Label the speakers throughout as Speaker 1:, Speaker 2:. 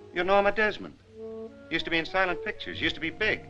Speaker 1: You're Norma Desmond. Used to be in silent pictures. Used to be big.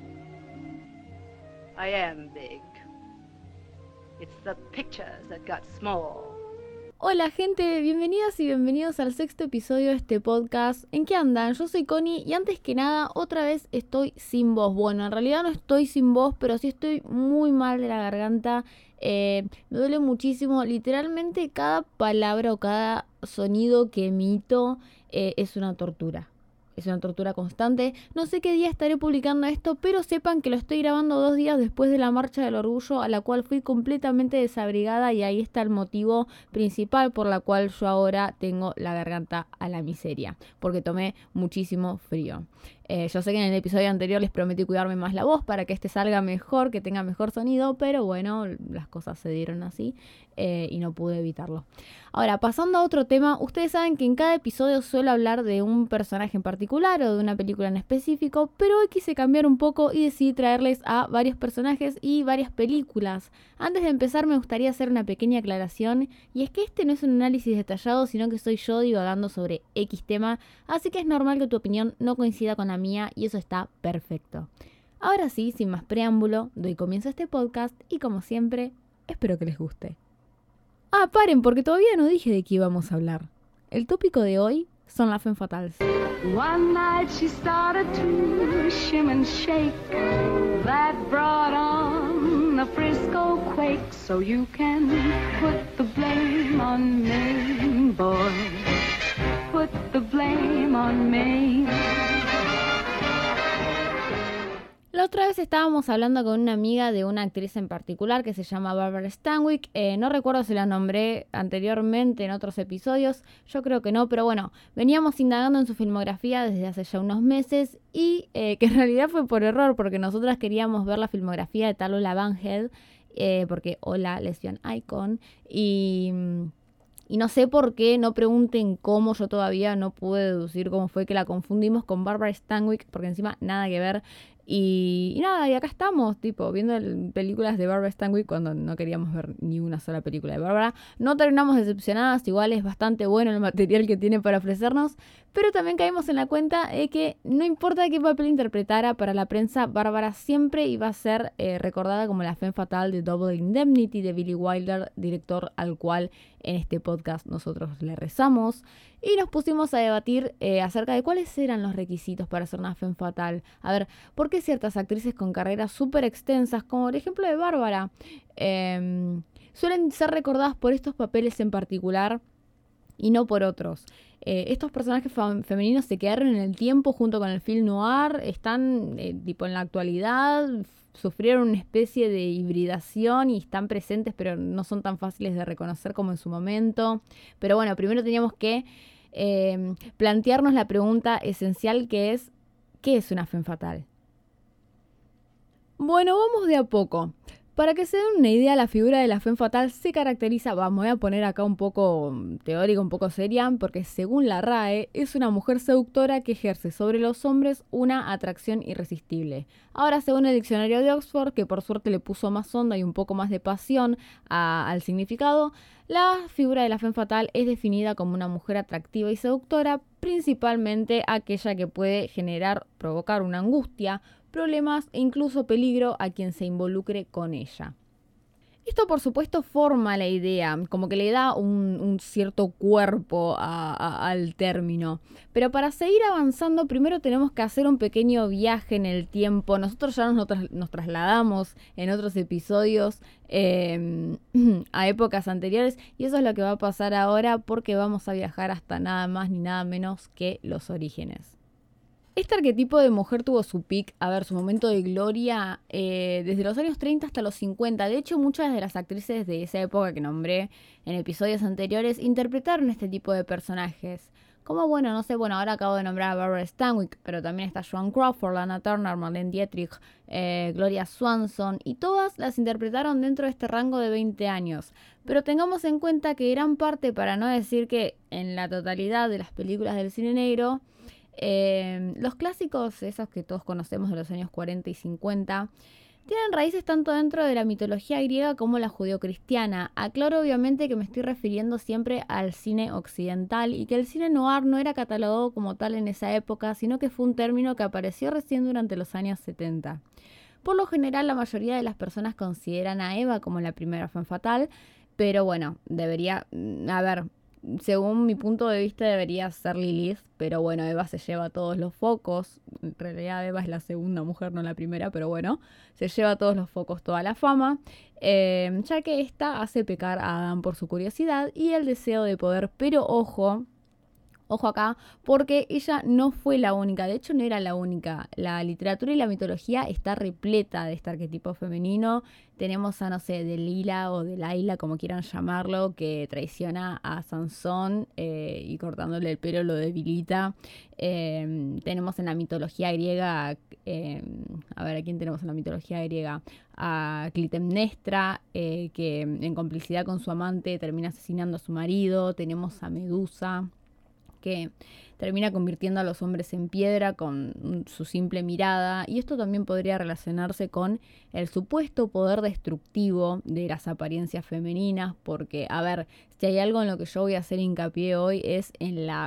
Speaker 2: I am big. It's the pictures that got small.
Speaker 3: Hola gente, bienvenidas y bienvenidos al sexto episodio de este podcast. ¿En qué andan? Yo soy Connie y antes que nada, otra vez estoy sin voz. Bueno, en realidad no estoy sin voz, pero sí estoy muy mal de la garganta. Me duele muchísimo. Literalmente cada palabra o cada sonido que emito es una tortura. Es una tortura constante. No sé qué día estaré publicando esto, pero sepan que lo estoy grabando 2 días después de la Marcha del Orgullo, a la cual fui completamente desabrigada, y ahí está el motivo principal por la cual yo ahora tengo la garganta a la miseria, porque tomé muchísimo frío. Yo sé que en el episodio anterior les prometí cuidarme más la voz para que este salga mejor, que tenga mejor sonido, pero bueno, las cosas se dieron así y no pude evitarlo. Ahora, pasando a otro tema, ustedes saben que en cada episodio suelo hablar de un personaje en particular o de una película en específico, pero hoy quise cambiar un poco y decidí traerles a varios personajes y varias películas. Antes de empezar me gustaría hacer una pequeña aclaración, y es que este no es un análisis detallado, sino que soy yo divagando sobre X tema, así que es normal que tu opinión no coincida con la mía y eso está perfecto. Ahora sí, sin más preámbulo, doy comienzo a este podcast y como siempre, espero que les guste. Ah, paren, porque todavía no dije de qué íbamos a hablar. El tópico de hoy son las femme fatales.
Speaker 4: One night she started to shim and shake. That brought on a Frisco quake. So you can put the blame on me, boy. Put the blame on me.
Speaker 3: La otra vez estábamos hablando con una amiga de una actriz en particular que se llama Barbara Stanwyck. No recuerdo si la nombré anteriormente en otros episodios, yo creo que no, pero bueno, veníamos indagando en su filmografía desde hace ya unos meses y que en realidad fue por error, porque nosotras queríamos ver la filmografía de tal Ola Banhead, porque Ola, lesbian icon, y no sé por qué, no pregunten cómo, yo todavía no pude deducir cómo fue que la confundimos con Barbara Stanwyck, porque encima nada que ver. Y nada, y acá estamos, tipo, viendo películas de Barbara Stanwyck cuando no queríamos ver ni una sola película de Barbara. No terminamos decepcionadas, igual es bastante bueno el material que tiene para ofrecernos, pero también caímos en la cuenta de que no importa qué papel interpretara para la prensa, Barbara siempre iba a ser recordada como la femme fatale de Double Indemnity de Billy Wilder, director al cual en este podcast nosotros le rezamos. Y nos pusimos a debatir acerca de cuáles eran los requisitos para ser una femme fatale. A ver, ¿por qué ciertas actrices con carreras súper extensas, como el ejemplo de Bárbara, suelen ser recordadas por estos papeles en particular y no por otros? Estos personajes femeninos se quedaron en el tiempo junto con el film noir, están tipo en la actualidad, sufrieron una especie de hibridación y están presentes, pero no son tan fáciles de reconocer como en su momento. Pero bueno, primero teníamos que plantearnos la pregunta esencial, que es: ¿qué es una femme fatale? Bueno, vamos de a poco. Para que se den una idea, la figura de la femme fatale se caracteriza, me voy a poner acá un poco teórica, un poco seria, porque según la RAE, es una mujer seductora que ejerce sobre los hombres una atracción irresistible. Ahora, según el diccionario de Oxford, que por suerte le puso más onda y un poco más de pasión al significado, la figura de la femme fatale es definida como una mujer atractiva y seductora, principalmente aquella que puede provocar una angustia, problemas e incluso peligro a quien se involucre con ella. Esto, por supuesto, forma la idea, como que le da un cierto cuerpo al término. Pero para seguir avanzando, primero tenemos que hacer un pequeño viaje en el tiempo. Nosotros ya nos trasladamos en otros episodios a épocas anteriores, y eso es lo que va a pasar ahora, porque vamos a viajar hasta nada más ni nada menos que los orígenes. Este arquetipo de mujer tuvo su peak, su momento de gloria desde los años 30 hasta los 50. De hecho, muchas de las actrices de esa época que nombré en episodios anteriores interpretaron este tipo de personajes. Como, ahora acabo de nombrar a Barbara Stanwyck, pero también está Joan Crawford, Lana Turner, Marlene Dietrich, Gloria Swanson, y todas las interpretaron dentro de este rango de 20 años. Pero tengamos en cuenta que gran parte, para no decir que en la totalidad de las películas del cine negro, los clásicos, esos que todos conocemos de los años 40 y 50, tienen raíces tanto dentro de la mitología griega como la judeocristiana. Aclaro obviamente que me estoy refiriendo siempre al cine occidental y que el cine noir no era catalogado como tal en esa época, sino que fue un término que apareció recién durante los años 70. Por lo general, la mayoría de las personas consideran a Eva como la primera femme fatale, pero bueno, según mi punto de vista debería ser Lilith, pero bueno, Eva se lleva todos los focos. En realidad Eva es la segunda mujer, no la primera, pero bueno, se lleva todos los focos, toda la fama, ya que esta hace pecar a Adán por su curiosidad y el deseo de poder, pero ojo acá, porque ella no fue la única, de hecho no era la única. La literatura y la mitología está repleta de este arquetipo femenino. Tenemos a, no sé, Delila o Delaila, como quieran llamarlo, que traiciona a Sansón y cortándole el pelo lo debilita. Tenemos en la mitología griega, ¿a quién tenemos en la mitología griega? A Clitemnestra, que en complicidad con su amante termina asesinando a su marido. Tenemos a Medusa, que termina convirtiendo a los hombres en piedra con su simple mirada, y esto también podría relacionarse con el supuesto poder destructivo de las apariencias femeninas, porque, a ver, si hay algo en lo que yo voy a hacer hincapié hoy es en la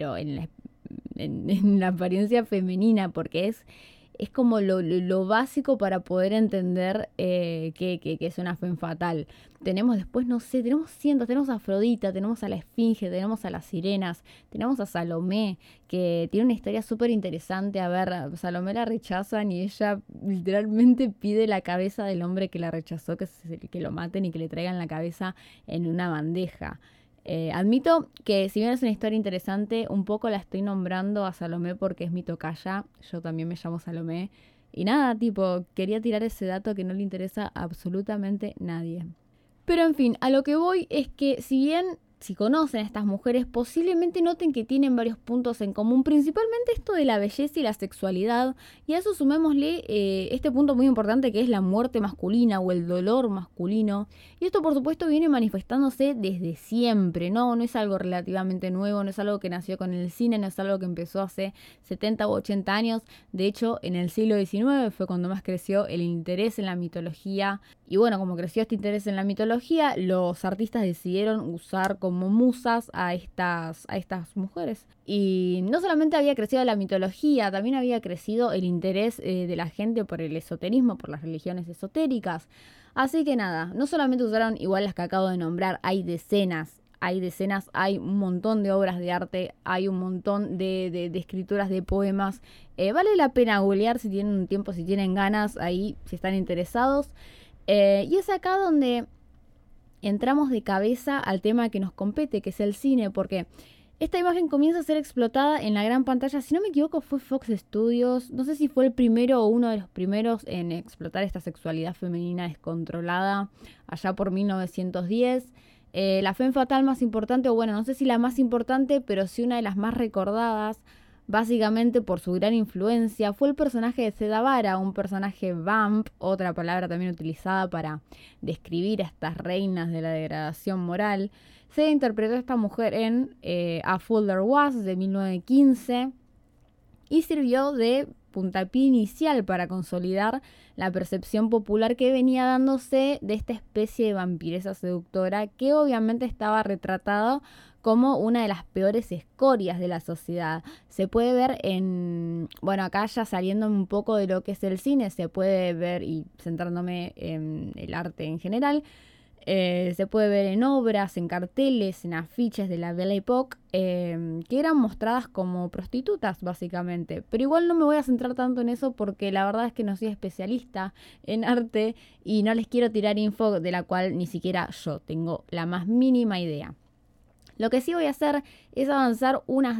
Speaker 3: apariencia femenina, porque es como lo básico para poder entender que es una femme fatale. Tenemos después, no sé, tenemos cientos, tenemos a Afrodita, tenemos a la Esfinge, tenemos a las sirenas, tenemos a Salomé, que tiene una historia súper interesante. A ver, Salomé la rechazan y ella literalmente pide la cabeza del hombre que la rechazó, que lo maten y que le traigan la cabeza en una bandeja. Admito que si bien es una historia interesante, un poco la estoy nombrando a Salomé porque es mi tocaya. Yo también me llamo Salomé. Y nada, quería tirar ese dato que no le interesa a absolutamente nadie. Pero en fin, a lo que voy es que si conocen a estas mujeres, posiblemente noten que tienen varios puntos en común, principalmente esto de la belleza y la sexualidad, y a eso sumémosle este punto muy importante que es la muerte masculina o el dolor masculino, y esto por supuesto viene manifestándose desde siempre, no es algo relativamente nuevo, no es algo que nació con el cine, no es algo que empezó hace 70 u 80 años, de hecho en el siglo XIX fue cuando más creció el interés en la mitología, y bueno, como creció este interés en la mitología, los artistas decidieron usar como musas a estas mujeres. Y no solamente había crecido la mitología, también había crecido el interés de la gente por el esoterismo, por las religiones esotéricas. Así que nada, no solamente usaron igual las que acabo de nombrar, hay decenas, hay un montón de obras de arte, hay un montón de escrituras de poemas. Vale la pena googlear si tienen un tiempo, si tienen ganas, ahí si están interesados. Y es acá donde entramos de cabeza al tema que nos compete, que es el cine, porque esta imagen comienza a ser explotada en la gran pantalla. Si no me equivoco fue Fox Studios, no sé si fue el primero o uno de los primeros en explotar esta sexualidad femenina descontrolada, allá por 1910. La femme fatale más importante, o bueno, no sé si la más importante, pero sí una de las más recordadas, básicamente por su gran influencia, fue el personaje de Seda Vara, un personaje vamp, otra palabra también utilizada para describir a estas reinas de la degradación moral. Se interpretó a esta mujer en A Fool There Was de 1915 y sirvió de puntapié inicial para consolidar la percepción popular que venía dándose de esta especie de vampiresa seductora que obviamente estaba retratada como una de las peores escorias de la sociedad. Se puede ver acá ya saliendo un poco de lo que es el cine, se puede ver, y centrándome en el arte en general, se puede ver en obras, en carteles, en afiches de la Belle Époque, que eran mostradas como prostitutas básicamente. Pero igual no me voy a centrar tanto en eso porque la verdad es que no soy especialista en arte y no les quiero tirar info de la cual ni siquiera yo tengo la más mínima idea. Lo que sí voy a hacer es avanzar unos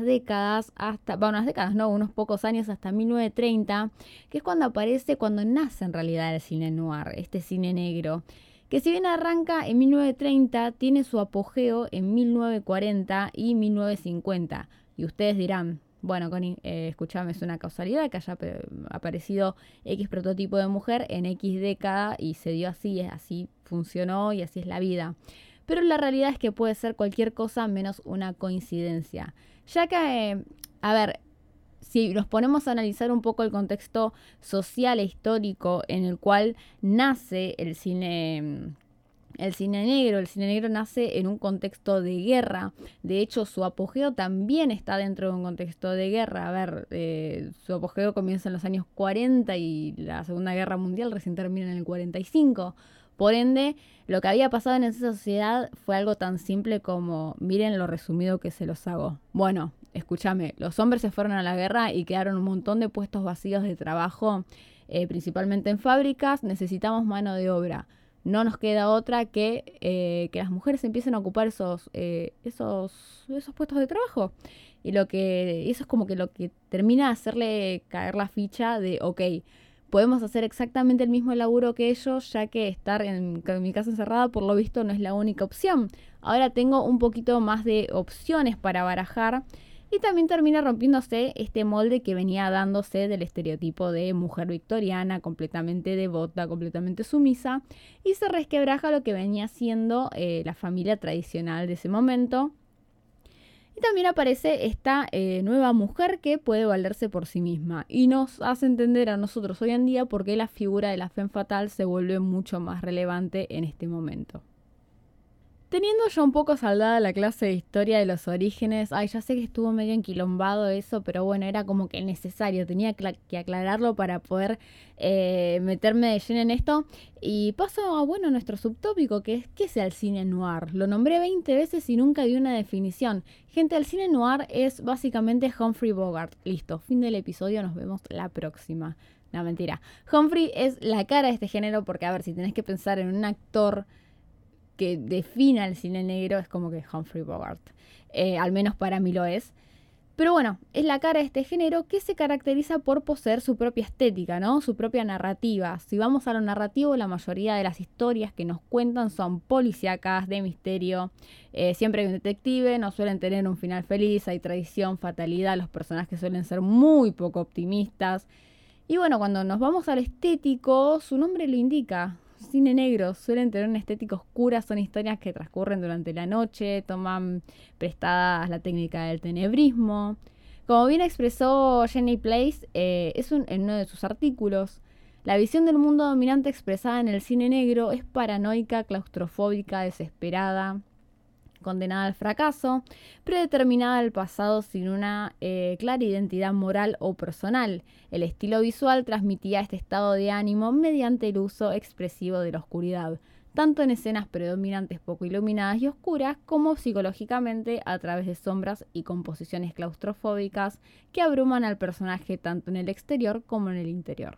Speaker 3: pocos años hasta 1930, que es cuando nace en realidad el cine noir, este cine negro, que si bien arranca en 1930, tiene su apogeo en 1940 y 1950. Y ustedes dirán, bueno, Connie, escuchame, es una causalidad que haya aparecido X prototipo de mujer en X década y se dio así funcionó y así es la vida. Pero la realidad es que puede ser cualquier cosa menos una coincidencia. Ya que, si nos ponemos a analizar un poco el contexto social e histórico en el cual nace el cine negro nace en un contexto de guerra. De hecho, su apogeo también está dentro de un contexto de guerra. A ver, su apogeo comienza en los años 40 y la Segunda Guerra Mundial recién termina en el 45. Por ende, lo que había pasado en esa sociedad fue algo tan simple como, miren lo resumido que se los hago. Bueno, escúchame, los hombres se fueron a la guerra y quedaron un montón de puestos vacíos de trabajo, principalmente en fábricas. Necesitamos mano de obra. No nos queda otra que las mujeres empiecen a ocupar esos puestos de trabajo. Y eso es como que lo que termina de hacerle caer la ficha de, ok, podemos hacer exactamente el mismo laburo que ellos, ya que estar en mi casa encerrada, por lo visto, no es la única opción. Ahora tengo un poquito más de opciones para barajar. Y también termina rompiéndose este molde que venía dándose del estereotipo de mujer victoriana, completamente devota, completamente sumisa, y se resquebraja lo que venía siendo la familia tradicional de ese momento. Y también aparece esta nueva mujer que puede valerse por sí misma y nos hace entender a nosotros hoy en día por qué la figura de la femme fatale se vuelve mucho más relevante en este momento. Teniendo ya un poco saldada la clase de historia de los orígenes, ya sé que estuvo medio enquilombado eso, pero bueno, era como que necesario, tenía que aclararlo para poder meterme de lleno en esto. Y paso a nuestro subtópico, que es ¿qué es el cine noir? Lo nombré 20 veces y nunca di una definición. Gente, el cine noir es básicamente Humphrey Bogart. Listo, fin del episodio, nos vemos la próxima. No, mentira. Humphrey es la cara de este género porque, a ver, si tenés que pensar en un actor que defina el cine negro, es como que Humphrey Bogart. Al menos para mí lo es. Pero bueno, es la cara de este género que se caracteriza por poseer su propia estética, ¿no? Su propia narrativa. Si vamos a lo narrativo, la mayoría de las historias que nos cuentan son policíacas, de misterio. Siempre hay un detective, no suelen tener un final feliz, hay traición, fatalidad, los personajes suelen ser muy poco optimistas. Y bueno, cuando nos vamos al estético, su nombre lo indica. Cine negro, suelen tener una estética oscura, son historias que transcurren durante la noche, toman prestadas la técnica del tenebrismo. Como bien expresó Jenny Place en uno de sus artículos, la visión del mundo dominante expresada en el cine negro es paranoica, claustrofóbica, desesperada, condenada al fracaso, predeterminada al pasado sin una clara identidad moral o personal. El estilo visual transmitía este estado de ánimo mediante el uso expresivo de la oscuridad, tanto en escenas predominantes poco iluminadas y oscuras, como psicológicamente a través de sombras y composiciones claustrofóbicas que abruman al personaje tanto en el exterior como en el interior.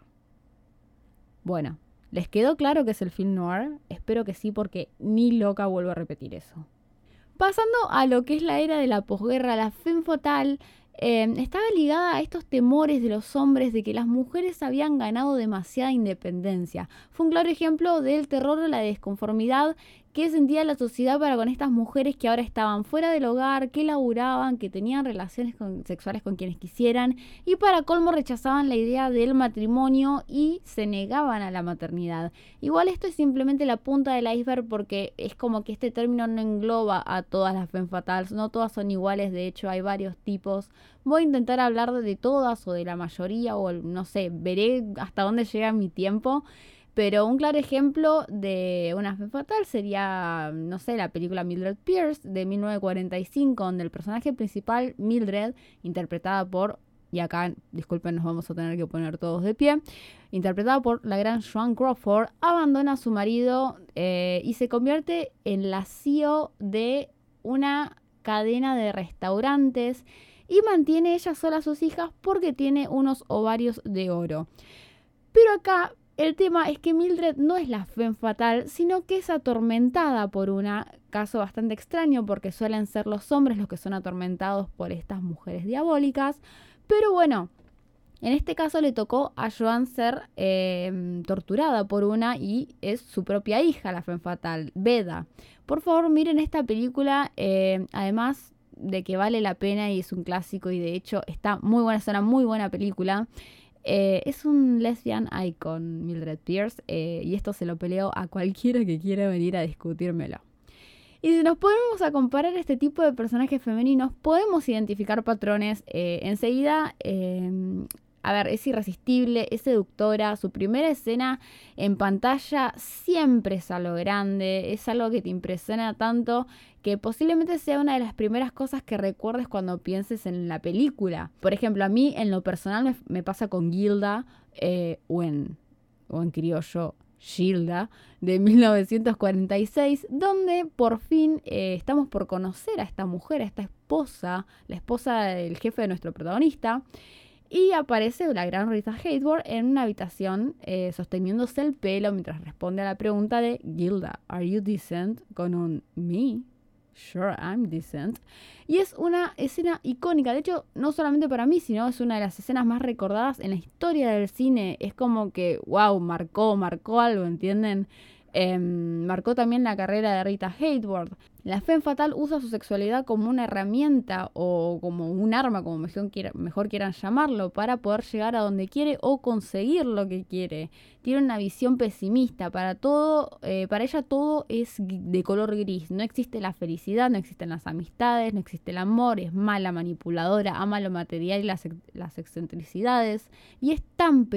Speaker 3: Bueno, ¿les quedó claro qué es el film noir? Espero que sí, porque ni loca vuelvo a repetir eso. Pasando a lo que es la era de la posguerra, la femme fatale estaba ligada a estos temores de los hombres de que las mujeres habían ganado demasiada independencia. Fue un claro ejemplo del terror o la desconformidad que sentía la sociedad para con estas mujeres que ahora estaban fuera del hogar, que laburaban, que tenían relaciones sexuales con quienes quisieran y para colmo rechazaban la idea del matrimonio y se negaban a la maternidad. Igual esto es simplemente la punta del iceberg porque es como que este término no engloba a todas las femme fatales, no todas son iguales, de hecho hay varios tipos. Voy a intentar hablar de todas o de la mayoría o no sé, veré hasta dónde llega mi tiempo. Pero un claro ejemplo de una femme fatale sería, no sé, la película Mildred Pierce de 1945, donde el personaje principal, Mildred, interpretada por, y acá, disculpen, nos vamos a tener que poner todos de pie, interpretada por la gran Joan Crawford, abandona a su marido y se convierte en la CEO de una cadena de restaurantes y mantiene ella sola a sus hijas porque tiene unos ovarios de oro. Pero acá el tema es que Mildred no es la femme fatale, sino que es atormentada por un caso bastante extraño, porque suelen ser los hombres los que son atormentados por estas mujeres diabólicas. Pero bueno, en este caso le tocó a Joan ser torturada por una y es su propia hija, la femme fatale, Beda. Por favor, miren esta película, además de que vale la pena y es un clásico y de hecho está muy buena, es una muy buena película. Es un lesbian icon, Mildred Pierce, y esto se lo peleo a cualquiera que quiera venir a discutírmelo. Y si nos ponemos a comparar este tipo de personajes femeninos, podemos identificar patrones enseguida. A ver, es irresistible, es seductora, su primera escena en pantalla siempre es algo grande, es algo que te impresiona tanto que posiblemente sea una de las primeras cosas que recuerdes cuando pienses en la película. Por ejemplo, a mí en lo personal me pasa con Gilda o en criollo Gilda de 1946, donde por fin estamos por conocer a esta mujer, a esta esposa, la esposa del jefe de nuestro protagonista. Y aparece la gran Rita Hayworth en una habitación sosteniéndose el pelo mientras responde a la pregunta de Gilda, ¿Are you decent? Con un me. Sure, I'm decent. Y es una escena icónica. De hecho, no solamente para mí, sino es una de las escenas más recordadas en la historia del cine. Es como que, wow, marcó algo, ¿entienden? Marcó también la carrera de Rita Hayworth. La femme fatale usa su sexualidad como una herramienta o como un arma, como mejor quieran llamarlo, para poder llegar a donde quiere o conseguir lo que quiere. Tiene una visión pesimista. Para ella todo es de color gris. No existe la felicidad, no existen las amistades, no existe el amor. Es mala, manipuladora, ama lo material y las excentricidades. Y es tan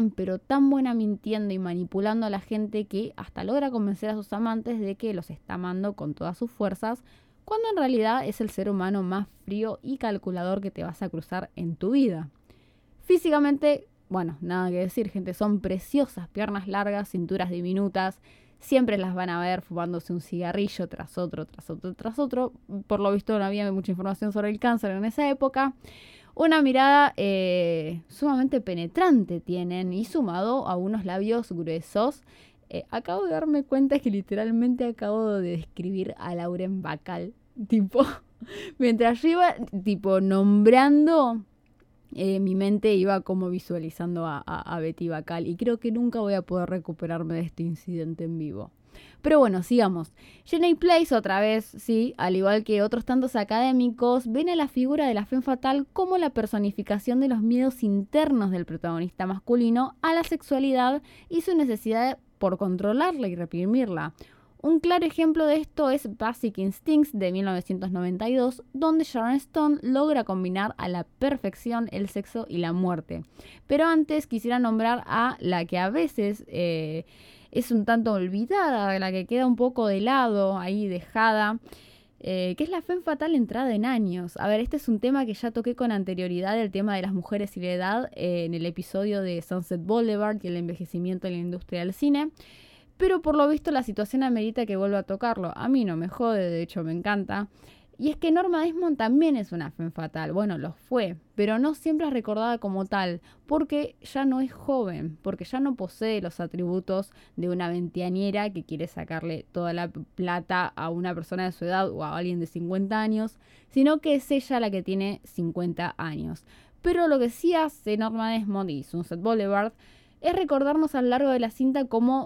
Speaker 3: buena mintiendo y manipulando a la gente que hasta logra convencer a sus amantes de que los está amando con todas sus fuerzas, cuando en realidad es el ser humano más frío y calculador que te vas a cruzar en tu vida. Físicamente, bueno, nada que decir, gente, son preciosas, piernas largas, cinturas diminutas, siempre las van a ver fumándose un cigarrillo tras otro. Por lo visto no había mucha información sobre el cáncer en esa época. Una mirada sumamente penetrante tienen y sumado a unos labios gruesos. Acabo de darme cuenta que literalmente acabo de describir a Lauren Bacall. Mientras yo iba nombrando, mi mente iba como visualizando a Betty Bacall. Y creo que nunca voy a poder recuperarme de este incidente en vivo. Pero bueno, sigamos. Jenny Place, otra vez, sí, al igual que otros tantos académicos, ven a la figura de la femme fatale como la personificación de los miedos internos del protagonista masculino a la sexualidad y su necesidad por controlarla y reprimirla. Un claro ejemplo de esto es Basic Instincts de 1992, donde Sharon Stone logra combinar a la perfección el sexo y la muerte. Pero antes quisiera nombrar a la que a veces es un tanto olvidada, la que queda un poco de lado, ahí dejada, que es la femme fatale entrada en años. A ver, este es un tema que ya toqué con anterioridad, el tema de las mujeres y la edad, en el episodio de Sunset Boulevard y el envejecimiento en la industria del cine. Pero por lo visto la situación amerita que vuelva a tocarlo. A mí no me jode, de hecho me encanta. Y es que Norma Desmond también es una femme fatale. Bueno, lo fue, pero no siempre es recordada como tal, porque ya no es joven, porque ya no posee los atributos de una veinteañera que quiere sacarle toda la plata a una persona de su edad o a alguien de 50 años, sino que es ella la que tiene 50 años. Pero lo que sí hace Norma Desmond y Sunset Boulevard es recordarnos a lo largo de la cinta cómo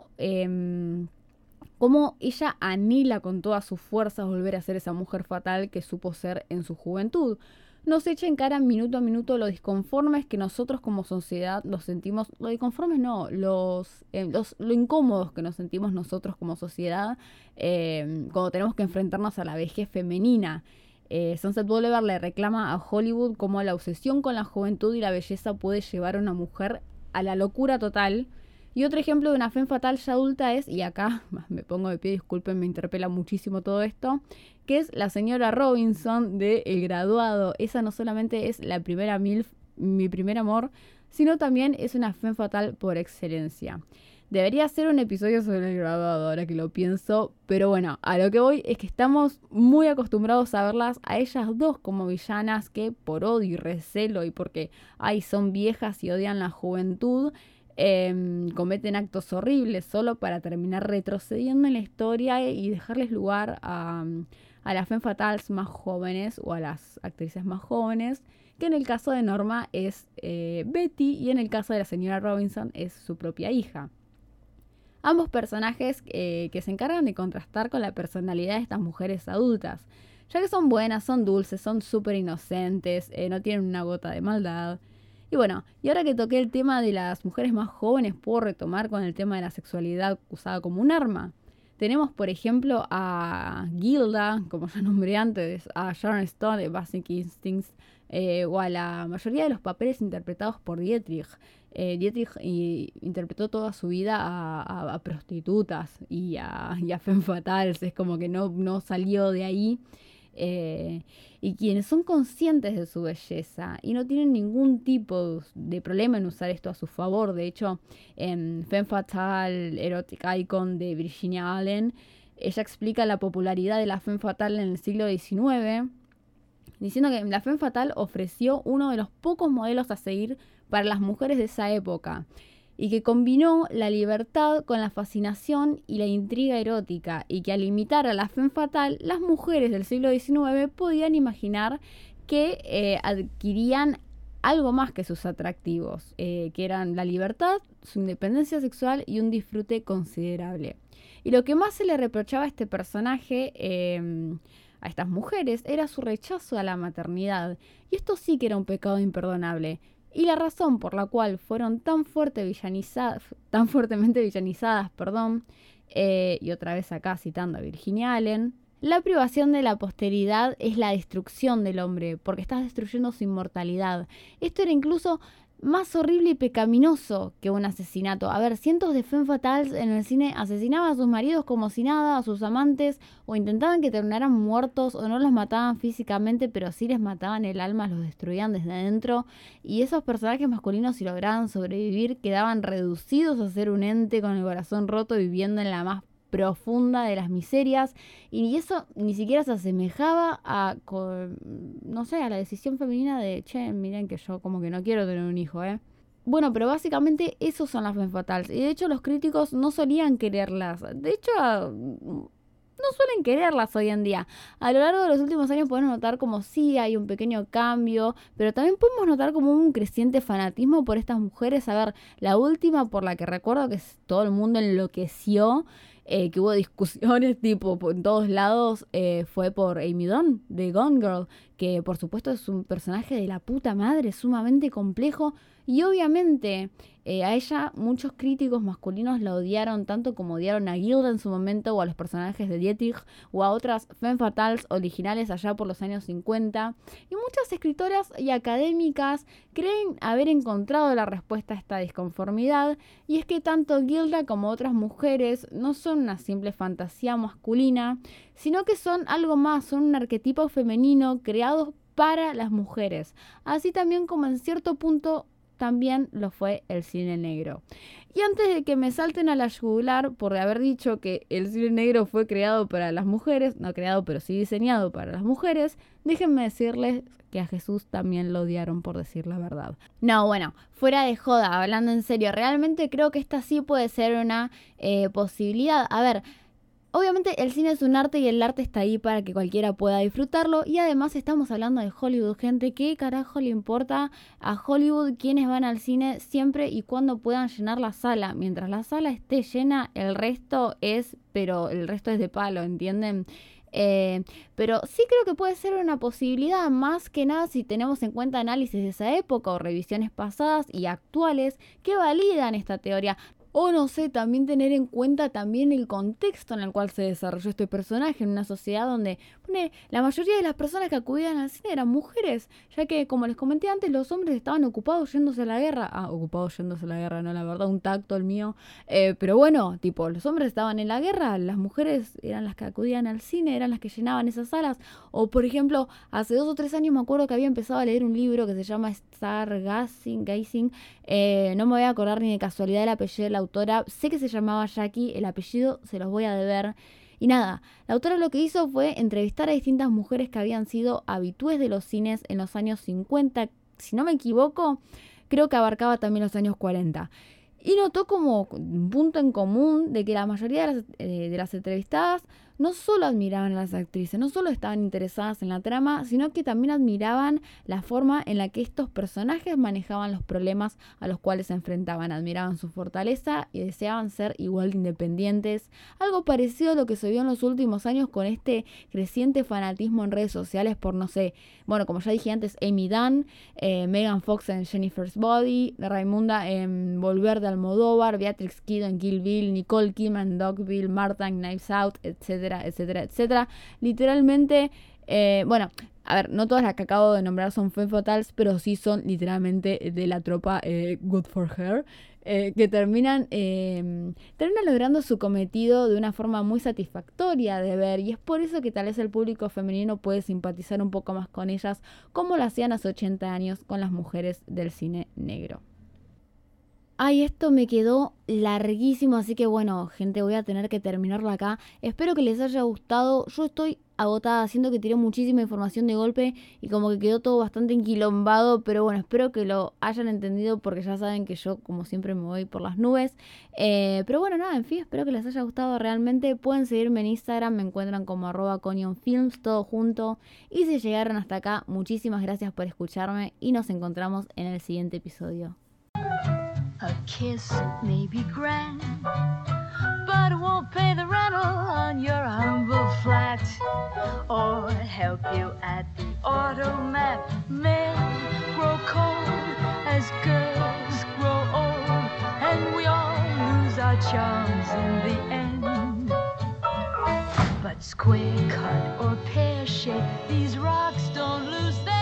Speaker 3: ella anhela con todas sus fuerzas volver a ser esa mujer fatal que supo ser en su juventud. Nos echa en cara minuto a minuto lo disconformes que nosotros como sociedad nos sentimos, lo disconformes no, lo incómodos que nos sentimos nosotros como sociedad cuando tenemos que enfrentarnos a la vejez femenina. Sunset Boulevard le reclama a Hollywood cómo la obsesión con la juventud y la belleza puede llevar a una mujer a la locura total. Y otro ejemplo de una femme fatale ya adulta es, y acá me pongo de pie, disculpen, me interpela muchísimo todo esto, que es la señora Robinson de El Graduado. Esa no solamente es la primera MILF, mi primer amor, sino también es una femme fatale por excelencia. Debería ser un episodio sobre El Graduado, ahora que lo pienso, pero bueno, a lo que voy es que estamos muy acostumbrados a verlas a ellas dos como villanas que por odio y recelo y porque son viejas y odian la juventud, cometen actos horribles solo para terminar retrocediendo en la historia y dejarles lugar a las femme fatales más jóvenes o a las actrices más jóvenes, que en el caso de Norma es Betty y en el caso de la señora Robinson es su propia hija. Ambos personajes que se encargan de contrastar con la personalidad de estas mujeres adultas, ya que son buenas, son dulces, son súper inocentes, no tienen una gota de maldad. Y bueno, y ahora que toqué el tema de las mujeres más jóvenes, puedo retomar con el tema de la sexualidad usada como un arma. Tenemos, por ejemplo, a Gilda, como ya nombré antes, a Sharon Stone de Basic Instincts, o a la mayoría de los papeles interpretados por Dietrich. Dietrich interpretó toda su vida a prostitutas y a femme fatales, es como que no salió de ahí. Y quienes son conscientes de su belleza y no tienen ningún tipo de problema en usar esto a su favor. De hecho, en Femme Fatale, Erotic Icon de Virginia Allen, ella explica la popularidad de la femme fatale en el siglo XIX, diciendo que la femme fatale ofreció uno de los pocos modelos a seguir para las mujeres de esa época, y que combinó la libertad con la fascinación y la intriga erótica, y que al imitar a la femme fatale, las mujeres del siglo XIX podían imaginar que adquirían algo más que sus atractivos, que eran la libertad, su independencia sexual y un disfrute considerable. Y lo que más se le reprochaba a este personaje, a estas mujeres, era su rechazo a la maternidad, y esto sí que era un pecado imperdonable. Y la razón por la cual fueron tan fuertemente villanizadas, y otra vez acá citando a Virginia Allen, la privación de la posteridad es la destrucción del hombre, porque estás destruyendo su inmortalidad. Esto era incluso más horrible y pecaminoso que un asesinato. A ver, cientos de femme fatales en el cine asesinaban a sus maridos como si nada, a sus amantes, o intentaban que terminaran muertos, o no los mataban físicamente, pero sí les mataban el alma, los destruían desde adentro, y esos personajes masculinos, si lograban sobrevivir, quedaban reducidos a ser un ente con el corazón roto, viviendo en la más profunda de las miserias, y eso ni siquiera se asemejaba a la decisión femenina de, miren que yo como que no quiero tener un hijo, Bueno, pero básicamente esos son las femme fatales, y de hecho los críticos no solían quererlas, de hecho no suelen quererlas hoy en día. A lo largo de los últimos años podemos notar como sí hay un pequeño cambio, pero también podemos notar como un creciente fanatismo por estas mujeres. A ver, la última por la que recuerdo que todo el mundo enloqueció, que hubo discusiones tipo en todos lados, fue por Amy Dunn de Gone Girl, que por supuesto es un personaje de la puta madre, sumamente complejo, y obviamente a ella muchos críticos masculinos la odiaron tanto como odiaron a Gilda en su momento, o a los personajes de Dietrich, o a otras femme fatales originales allá por los años 50, y muchas escritoras y académicas creen haber encontrado la respuesta a esta disconformidad, y es que tanto Gilda como otras mujeres no son una simple fantasía masculina, sino que son algo más, son un arquetipo femenino creado para las mujeres, así también como en cierto punto también lo fue el cine negro. Y antes de que me salten a la yugular por haber dicho que el cine negro fue creado para las mujeres, no creado pero sí diseñado para las mujeres, déjenme decirles que a Jesús también lo odiaron, por decir la verdad. No, bueno, fuera de joda, hablando en serio, realmente creo que esta sí puede ser una posibilidad. A ver, obviamente el cine es un arte y el arte está ahí para que cualquiera pueda disfrutarlo, y además estamos hablando de Hollywood, gente. ¿Qué carajo le importa a Hollywood quienes van al cine siempre y cuando puedan llenar la sala? Mientras la sala esté llena, el resto es de palo, ¿entienden? Pero sí creo que puede ser una posibilidad, más que nada si tenemos en cuenta análisis de esa época o revisiones pasadas y actuales que validan esta teoría. O no sé, también tener en cuenta también el contexto en el cual se desarrolló este personaje, en una sociedad donde la mayoría de las personas que acudían al cine eran mujeres, ya que, como les comenté antes, los hombres estaban ocupados yéndose a la guerra. No, la verdad, un tacto el mío. Pero bueno, tipo, los hombres estaban en la guerra, las mujeres eran las que acudían al cine, eran las que llenaban esas salas. O, por ejemplo, hace 2 o 3 años me acuerdo que había empezado a leer un libro que se llama Stargazing, no me voy a acordar ni de casualidad el apellido de la autora, sé que se llamaba Jackie, el apellido se los voy a deber. Y nada, la autora lo que hizo fue entrevistar a distintas mujeres que habían sido habitués de los cines en los años 50, si no me equivoco, creo que abarcaba también los años 40. Y notó como un punto en común de que la mayoría de las entrevistadas no solo admiraban a las actrices, no solo estaban interesadas en la trama, sino que también admiraban la forma en la que estos personajes manejaban los problemas a los cuales se enfrentaban, admiraban su fortaleza y deseaban ser igual de independientes, algo parecido a lo que se vio en los últimos años con este creciente fanatismo en redes sociales por, no sé, bueno, como ya dije antes, Amy Dunn, Megan Fox en Jennifer's Body, Raimunda en Volver de Almodóvar, Beatrix Kiddo en Kill Bill, Nicole Kidman en Dogville, Martha en Knives Out, etcétera, etcétera, etcétera. Literalmente, bueno, a ver, no todas las que acabo de nombrar son femme fatales, pero sí son literalmente de la tropa Good for Her, que terminan logrando su cometido de una forma muy satisfactoria de ver, y es por eso que tal vez el público femenino puede simpatizar un poco más con ellas, como lo hacían hace 80 años con las mujeres del cine negro. Ay, esto me quedó larguísimo, así que bueno, gente, voy a tener que terminarlo acá. Espero que les haya gustado. Yo estoy agotada, siento que tiré muchísima información de golpe y como que quedó todo bastante enquilombado, pero bueno, espero que lo hayan entendido porque ya saben que yo como siempre me voy por las nubes. Pero bueno, nada, en fin, espero que les haya gustado realmente. Pueden seguirme en Instagram, me encuentran como @conionfilms, todo junto. Y si llegaron hasta acá, muchísimas gracias por escucharme y nos encontramos en el siguiente episodio.
Speaker 4: A kiss may be grand, but it won't pay the rental on your humble flat, or help you at the automat. Men grow cold as girls grow old, and we all lose our charms in the end. But square cut or pear shape, these rocks don't lose their